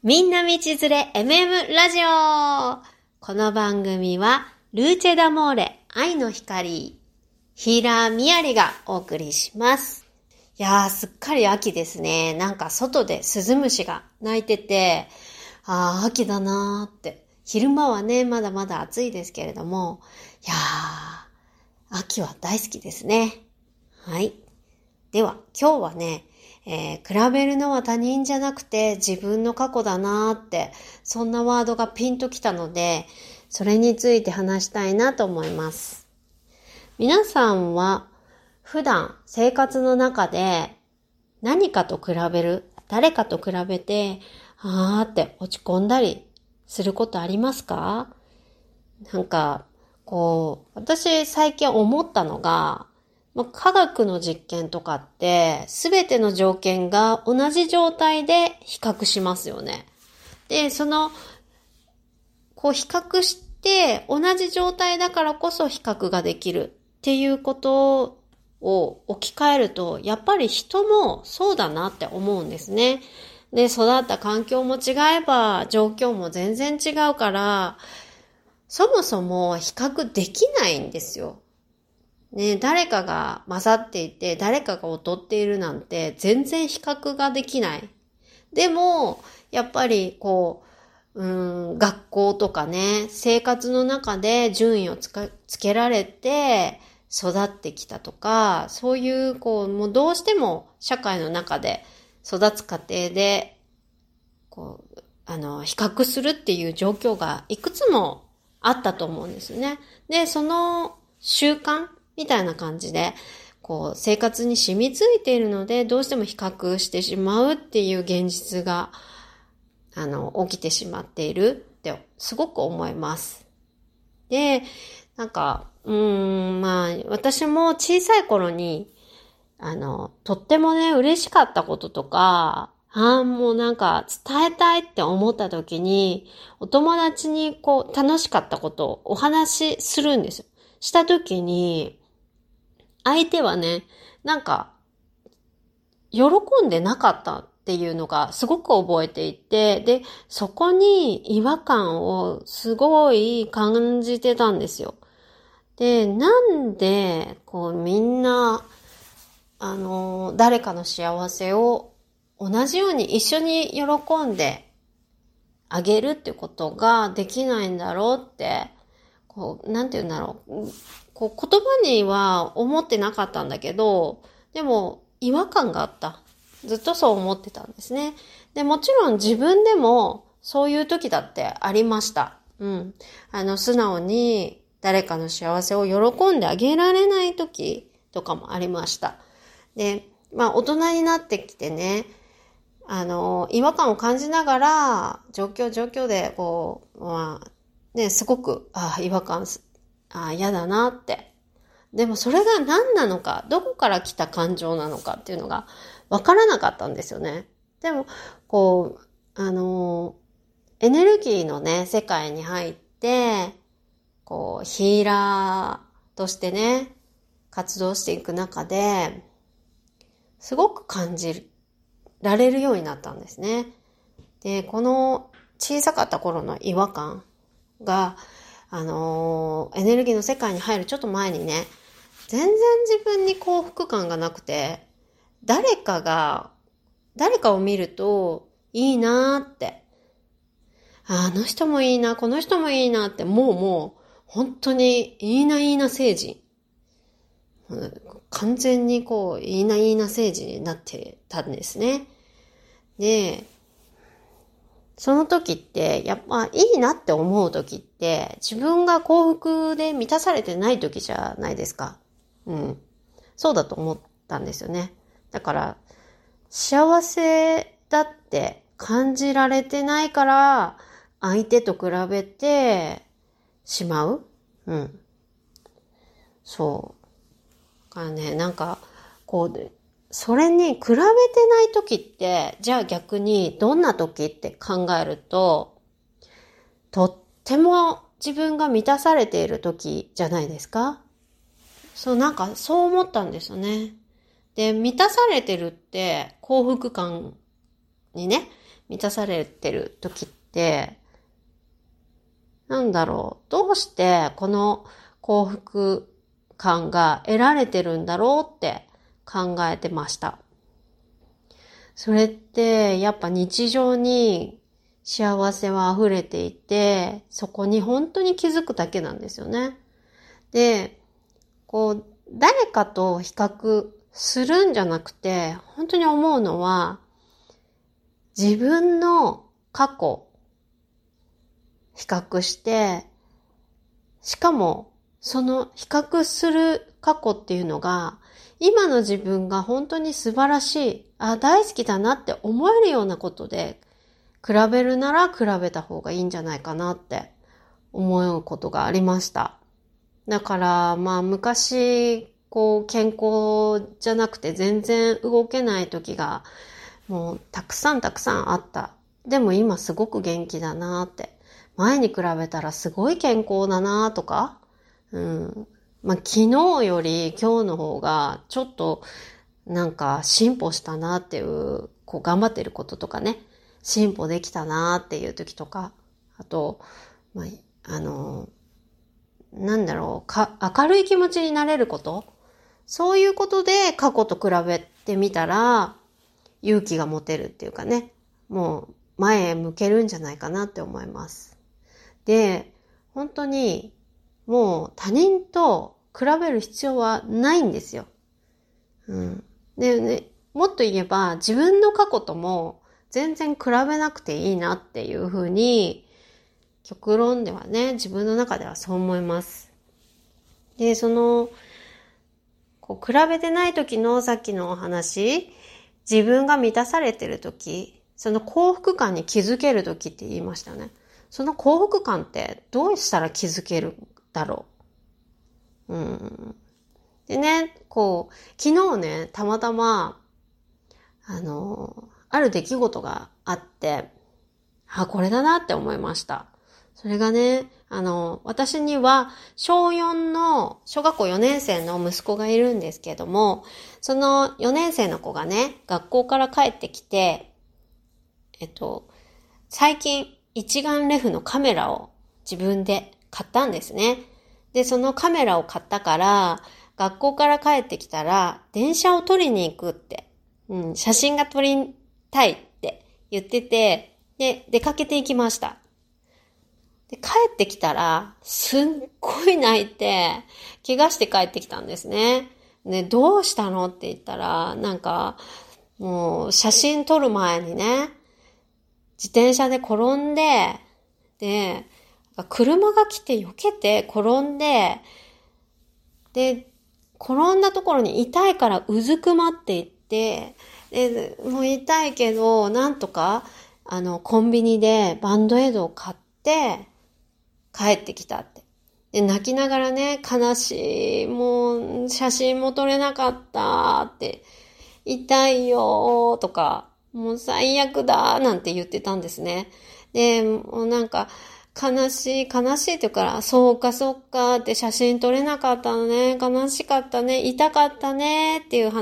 みんな道連れ MM ラジオ。この番組はルーチェダモーレ愛の光ヒーラーみやりがお送りします。いやー、すっかり秋ですね。なんか外でスズムシが鳴いてて、秋だなーって。昼間はね、まだまだ暑いですけれども、いやー、秋は大好きですね。はい。では、今日はね、比べるのは他人じゃなくて自分の過去だなーって、そんなワードがピンときたので、それについて話したいなと思います。皆さんは普段生活の中で何かと比べる、誰かと比べて、って落ち込んだりすることありますか？なんか、私最近思ったのが、科学の実験とかってすべての条件が同じ状態で比較しますよね。で、比較して同じ状態だからこそ比較ができるっていうことを置き換えると、やっぱり人もそうだなって思うんですね。で、育った環境も違えば状況も全然違うから、そもそも比較できないんですよ。ね、誰かが勝っていて、誰かが劣っているなんて全然比較ができない。でも、やっぱり学校とかね、生活の中で順位をつけられて育ってきたとか、そういうもうどうしても社会の中で育つ過程で、比較するっていう状況がいくつもあったと思うんですよね。で、その習慣みたいな感じで、生活に染みついているので、どうしても比較してしまうっていう現実が、起きてしまっているってすごく思います。で、私も小さい頃に、とってもね、嬉しかったこととか、もうなんか伝えたいって思った時に、お友達に楽しかったことをお話しするんですよ。した時に、相手はね、喜んでなかったっていうのがすごく覚えていて、で、そこに違和感をすごい感じてたんですよ。で、なんで、みんな、誰かの幸せを同じように一緒に喜んであげるってことができないんだろうって、なんて言うんだろう。言葉には思ってなかったんだけど、でも違和感があった。ずっとそう思ってたんですね。で、もちろん自分でもそういう時だってありました。素直に誰かの幸せを喜んであげられない時とかもありました。で、大人になってきてね、違和感を感じながら、状況で、すごく、違和感、嫌だなって。でもそれが何なのか、どこから来た感情なのかっていうのがわからなかったんですよね。でも、エネルギーのね、世界に入って、ヒーラーとしてね、活動していく中で、すごく感じられるようになったんですね。で、この小さかった頃の違和感が、エネルギーの世界に入るちょっと前にね、全然自分に幸福感がなくて、誰かを見るといいなーって、あの人もいいな、この人もいいなって、もう、本当にいいな聖人。完全にいいな聖人になってたんですね。で、その時って、やっぱいいなって思う時って、自分が幸福で満たされてない時じゃないですか。そうだと思ったんですよね。だから、幸せだって感じられてないから、相手と比べてしまう。そう。だからね、それに比べてない時って、じゃあ逆にどんな時って考えると、とっても自分が満たされている時じゃないですか？そう思ったんですよね。で、満たされてるって幸福感にね、 満たされてる時って、どうしてこの幸福感が得られてるんだろうって考えてました。それってやっぱ日常に幸せは溢れていて、そこに本当に気づくだけなんですよね。で、誰かと比較するんじゃなくて、本当に思うのは、自分の過去、比較して、しかも、その比較する過去っていうのが、今の自分が本当に素晴らしい、大好きだなって思えるようなことで、比べるなら比べた方がいいんじゃないかなって思うことがありました。だから、昔、健康じゃなくて全然動けない時が、もうたくさんあった。でも今すごく元気だなって。前に比べたらすごい健康だなとか、昨日より今日の方がちょっと進歩したなっていう、頑張ってることとかね、進歩できたなっていう時とか、あと、明るい気持ちになれること、そういうことで過去と比べてみたら、勇気が持てるっていうかね、もう前へ向けるんじゃないかなって思います。で、本当にもう他人と比べる必要はないんですよ。でね、もっと言えば自分の過去とも全然比べなくていいなっていうふうに、極論ではね、自分の中ではそう思います。で、比べてない時のさっきのお話、自分が満たされてる時、その幸福感に気づける時って言いましたね。その幸福感ってどうしたら気づけるんだろう。でね、昨日ね、たまたま、ある出来事があって、これだなって思いました。それがね、私には小学校4年生の息子がいるんですけれども、その4年生の子がね、学校から帰ってきて、最近一眼レフのカメラを自分で買ったんですね。で、そのカメラを買ったから、学校から帰ってきたら、電車を撮りに行くって、写真が撮りたいって言ってて、で、出かけて行きました。で、帰ってきたら、すっごい泣いて、怪我して帰ってきたんですね。で、どうしたのって言ったら、もう写真撮る前にね、自転車で転んで、で、車が来て避けて転んで、で、転んだところに痛いからうずくまっていって、で、もう痛いけど、なんとか、コンビニでバンドエイドを買って、帰ってきたって。で、泣きながらね、悲しい、もう、写真も撮れなかったって、痛いよーとか、もう最悪だーなんて言ってたんですね。で、もう悲しいって言うから、そうかって写真撮れなかったのね、悲しかったね、痛かったねっていう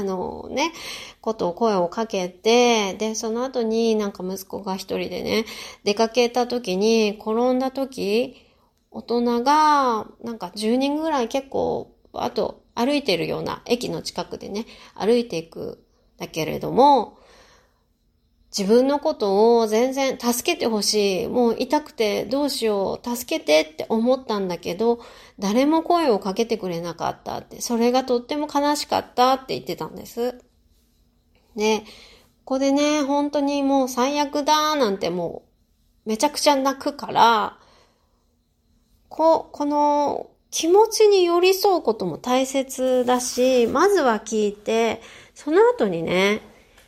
声をかけて、で、その後に息子が一人でね、出かけた時に転んだ時、大人が10人ぐらい結構、あと歩いてるような駅の近くでね、歩いていくだけれども、自分のことを全然助けてほしい。もう痛くてどうしよう。助けてって思ったんだけど、誰も声をかけてくれなかったって。それがとっても悲しかったって言ってたんです。で、ここでね、本当にもう最悪だなんてもうめちゃくちゃ泣くから、この気持ちに寄り添うことも大切だし、まずは聞いて、その後にね、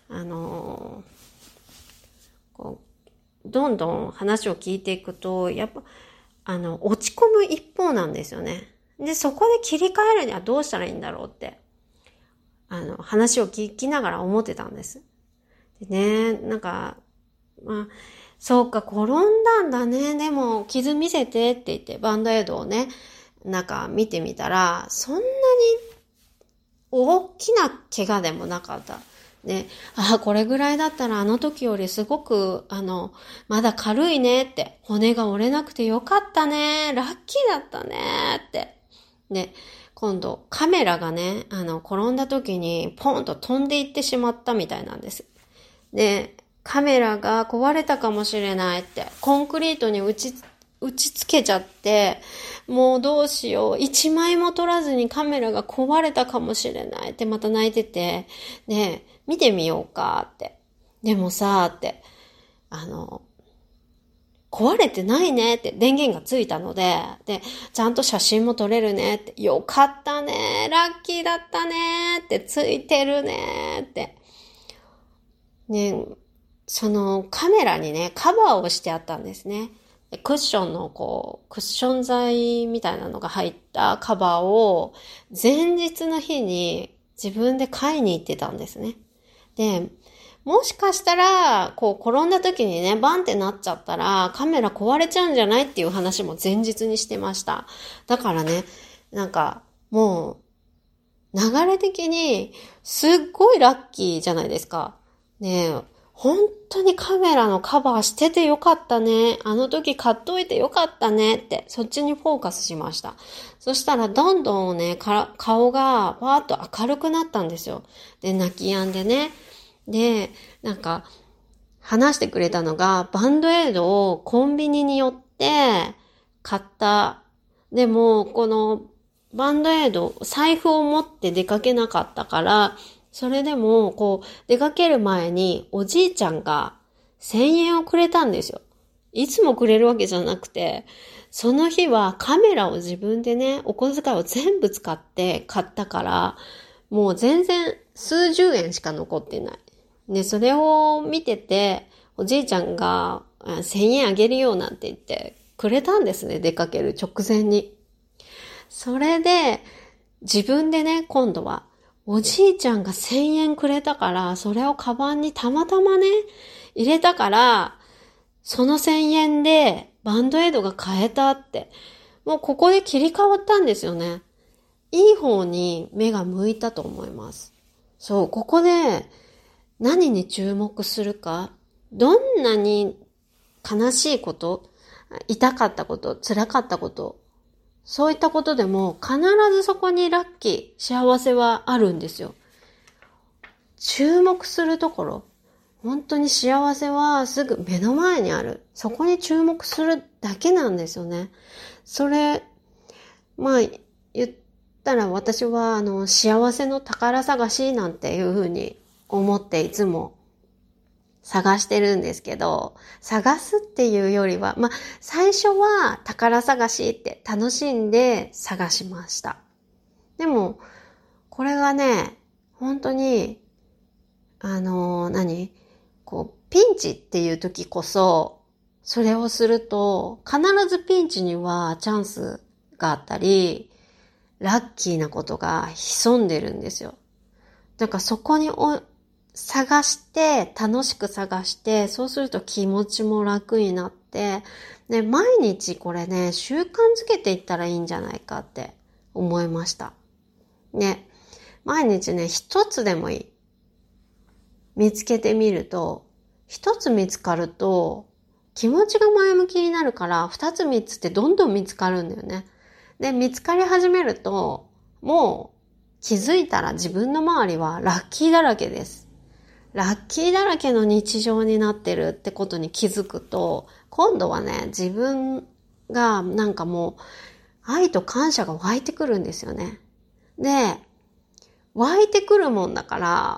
どんどん話を聞いていくと、やっぱ、落ち込む一方なんですよね。で、そこで切り替えるにはどうしたらいいんだろうって、話を聞きながら思ってたんです。でね、そうか、転んだんだね。でも、傷見せてって言って、バンドエイドをね、見てみたら、そんなに大きな怪我でもなかった。 で、これぐらいだったらあの時よりすごく、まだ軽いねって、骨が折れなくてよかったね、ラッキーだったねって。で、今度カメラがね、転んだ時にポンと飛んでいってしまったみたいなんです。で、カメラが壊れたかもしれないって、コンクリートに打ちつけちゃって、もうどうしよう、一枚も撮らずにカメラが壊れたかもしれないってまた泣いてて、ねえ、見てみようかって。でもさ、って、壊れてないねって電源がついたので、で、ちゃんと写真も撮れるねって、よかったね、ラッキーだったねって、ついてるねって。ね、そのカメラにね、カバーをしてあったんですね。クッションのクッション材みたいなのが入ったカバーを前日の日に自分で買いに行ってたんですね。で、もしかしたら、転んだ時にね、バンってなっちゃったら、カメラ壊れちゃうんじゃないっていう話も前日にしてました。だからね、もう、流れ的に、すっごいラッキーじゃないですか。ねえ、本当にカメラのカバーしててよかったね。あの時買っといてよかったねって、そっちにフォーカスしました。そしたらどんどんね、顔がパーッと明るくなったんですよ。で、泣き止んでね。で、話してくれたのが、バンドエイドをコンビニに寄って買った。でも、このバンドエイド、財布を持って出かけなかったから、それでも、出かける前におじいちゃんが1000円をくれたんですよ。いつもくれるわけじゃなくて、その日はカメラを自分でね、お小遣いを全部使って買ったから、もう全然数十円しか残ってない。で、それを見てて、おじいちゃんが1000円あげるよなんて言ってくれたんですね、出かける直前に。それで、自分でね、今度は、おじいちゃんが1000円くれたから、それをカバンにたまたまね、入れたから、その1000円でバンドエイドが買えたって。もうここで切り替わったんですよね。いい方に目が向いたと思います。そう、ここで何に注目するか、どんなに悲しいこと、痛かったこと、辛かったこと、そういったことでも必ずそこにラッキー、幸せはあるんですよ。注目するところ、本当に幸せはすぐ目の前にある。そこに注目するだけなんですよね。それ、言ったら私は幸せの宝探しなんていうふうに思っていつも探してるんですけど、探すっていうよりは、最初は宝探しって楽しんで探しました。でも、これがね、本当に、ピンチっていう時こそ、それをすると、必ずピンチにはチャンスがあったり、ラッキーなことが潜んでるんですよ。だからそこに探して、楽しく探して、そうすると気持ちも楽になって、ね、毎日これね、習慣づけていったらいいんじゃないかって思いました。ね、毎日ね、一つでもいい。見つけてみると、一つ見つかると、気持ちが前向きになるから、二つ三つってどんどん見つかるんだよね。で、見つかり始めると、もう気づいたら自分の周りはラッキーだらけです。ラッキーだらけの日常になってるってことに気づくと、今度はね、自分がもう愛と感謝が湧いてくるんですよね。で、湧いてくるもんだから、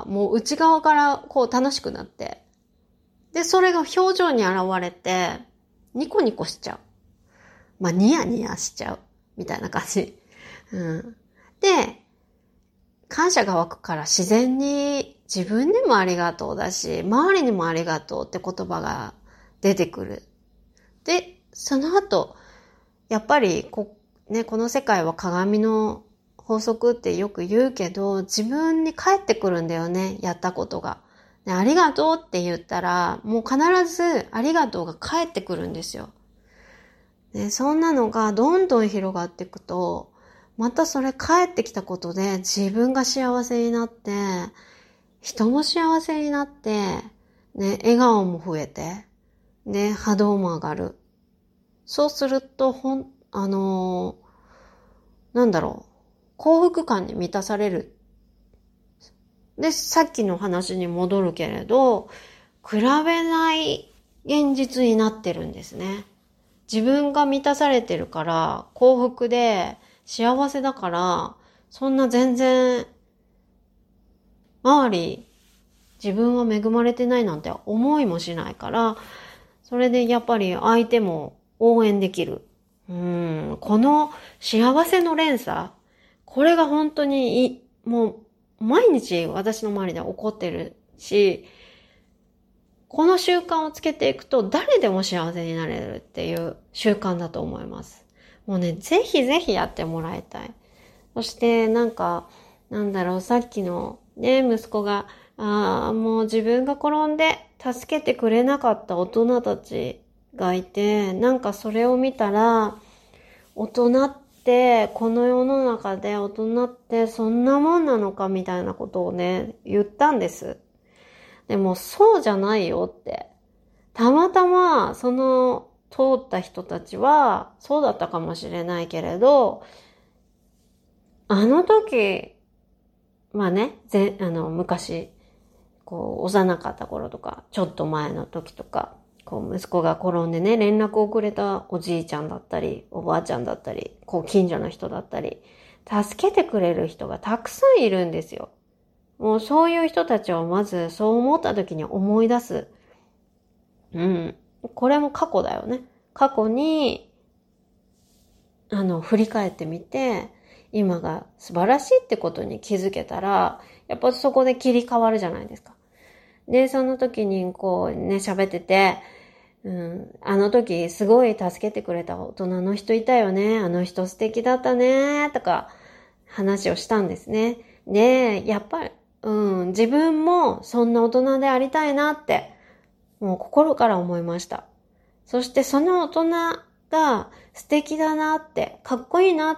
もう内側から楽しくなって、で、それが表情に現れて、ニコニコしちゃう。ニヤニヤしちゃう。みたいな感じ。で、感謝が湧くから自然に自分にもありがとうだし、周りにもありがとうって言葉が出てくる。で、その後、やっぱりこの世界は鏡の法則ってよく言うけど、自分に返ってくるんだよね、やったことが。ありがとうって言ったら、もう必ずありがとうが返ってくるんですよ。そんなのがどんどん広がっていくと、またそれ返ってきたことで自分が幸せになって、 人も幸せになって、ね、笑顔も増えて、で、波動も上がる。そうすると、幸福感に満たされる。で、さっきの話に戻るけれど、比べない現実になってるんですね。自分が満たされてるから、幸福で幸せだから、そんな全然、周り、自分は恵まれてないなんて思いもしないから、それでやっぱり相手も応援できる。この幸せの連鎖、これが本当にもう毎日私の周りで起こってるし、この習慣をつけていくと誰でも幸せになれるっていう習慣だと思います。もうね、ぜひぜひやってもらいたい。そしてさっきのね、息子が、もう自分が転んで助けてくれなかった大人たちがいて、それを見たら、大人ってこの世の中で大人ってそんなもんなのかみたいなことをね、言ったんです。でもそうじゃないよって。たまたまその通った人たちはそうだったかもしれないけれど、あの時、昔、幼かった頃とか、ちょっと前の時とか、息子が転んでね、連絡をくれたおじいちゃんだったり、おばあちゃんだったり、近所の人だったり、助けてくれる人がたくさんいるんですよ。もうそういう人たちをまずそう思った時に思い出す。これも過去だよね。過去に、振り返ってみて、今が素晴らしいってことに気づけたら、やっぱそこで切り替わるじゃないですか。で、その時に喋ってて、あの時すごい助けてくれた大人の人いたよね。あの人素敵だったね。とか話をしたんですね。で、やっぱり、自分もそんな大人でありたいなって、もう心から思いました。そしてその大人が素敵だなって、かっこいいなって、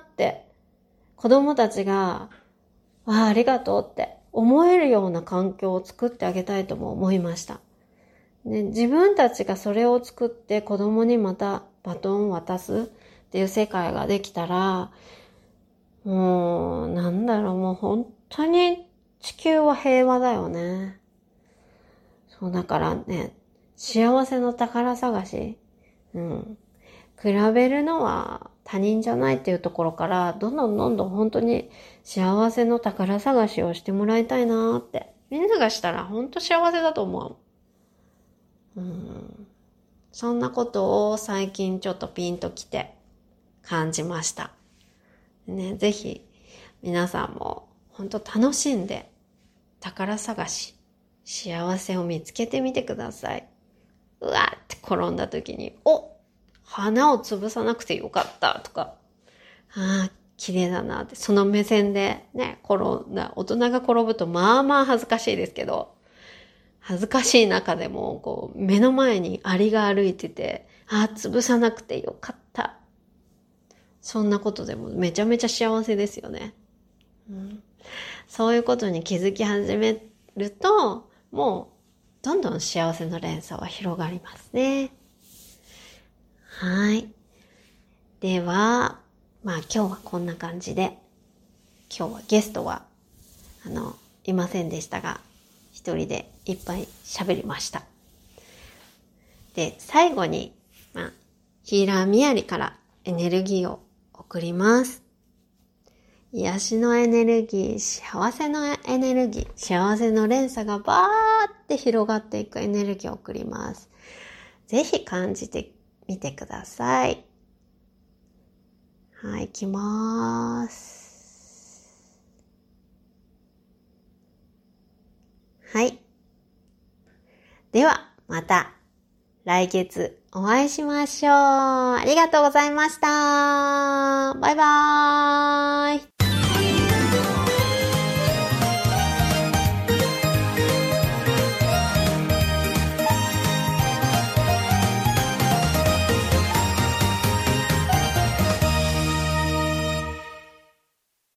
子供たちが、ありがとうって思えるような環境を作ってあげたいとも思いました。で、自分たちがそれを作って子供にまたバトンを渡すっていう世界ができたら、もう本当に地球は平和だよね。そうだからね、幸せの宝探し、比べるのは他人じゃないっていうところから、どんどん本当に幸せの宝探しをしてもらいたいなって。みんながしたら本当幸せだと思う。そんなことを最近ちょっとピンときて感じました。ね、ぜひ皆さんも本当楽しんで宝探し、幸せを見つけてみてください。うわーって転んだ時に、花を潰さなくてよかったとか、綺麗だなって、その目線でね、大人が転ぶとまあまあ恥ずかしいですけど、恥ずかしい中でも、目の前にアリが歩いてて、潰さなくてよかった。そんなことでもめちゃめちゃ幸せですよね。そういうことに気づき始めると、もう、どんどん幸せの連鎖は広がりますね。はい。では、今日はこんな感じで、今日はゲストは、いませんでしたが、一人でいっぱい喋りました。で、最後に、ヒーラーみやりからエネルギーを送ります。癒しのエネルギー、幸せのエネルギー、幸せの連鎖がバーって広がっていくエネルギーを送ります。ぜひ感じてみてください。はい、いきます。はい。では、また来月お会いしましょう。ありがとうございました。バイバーイ。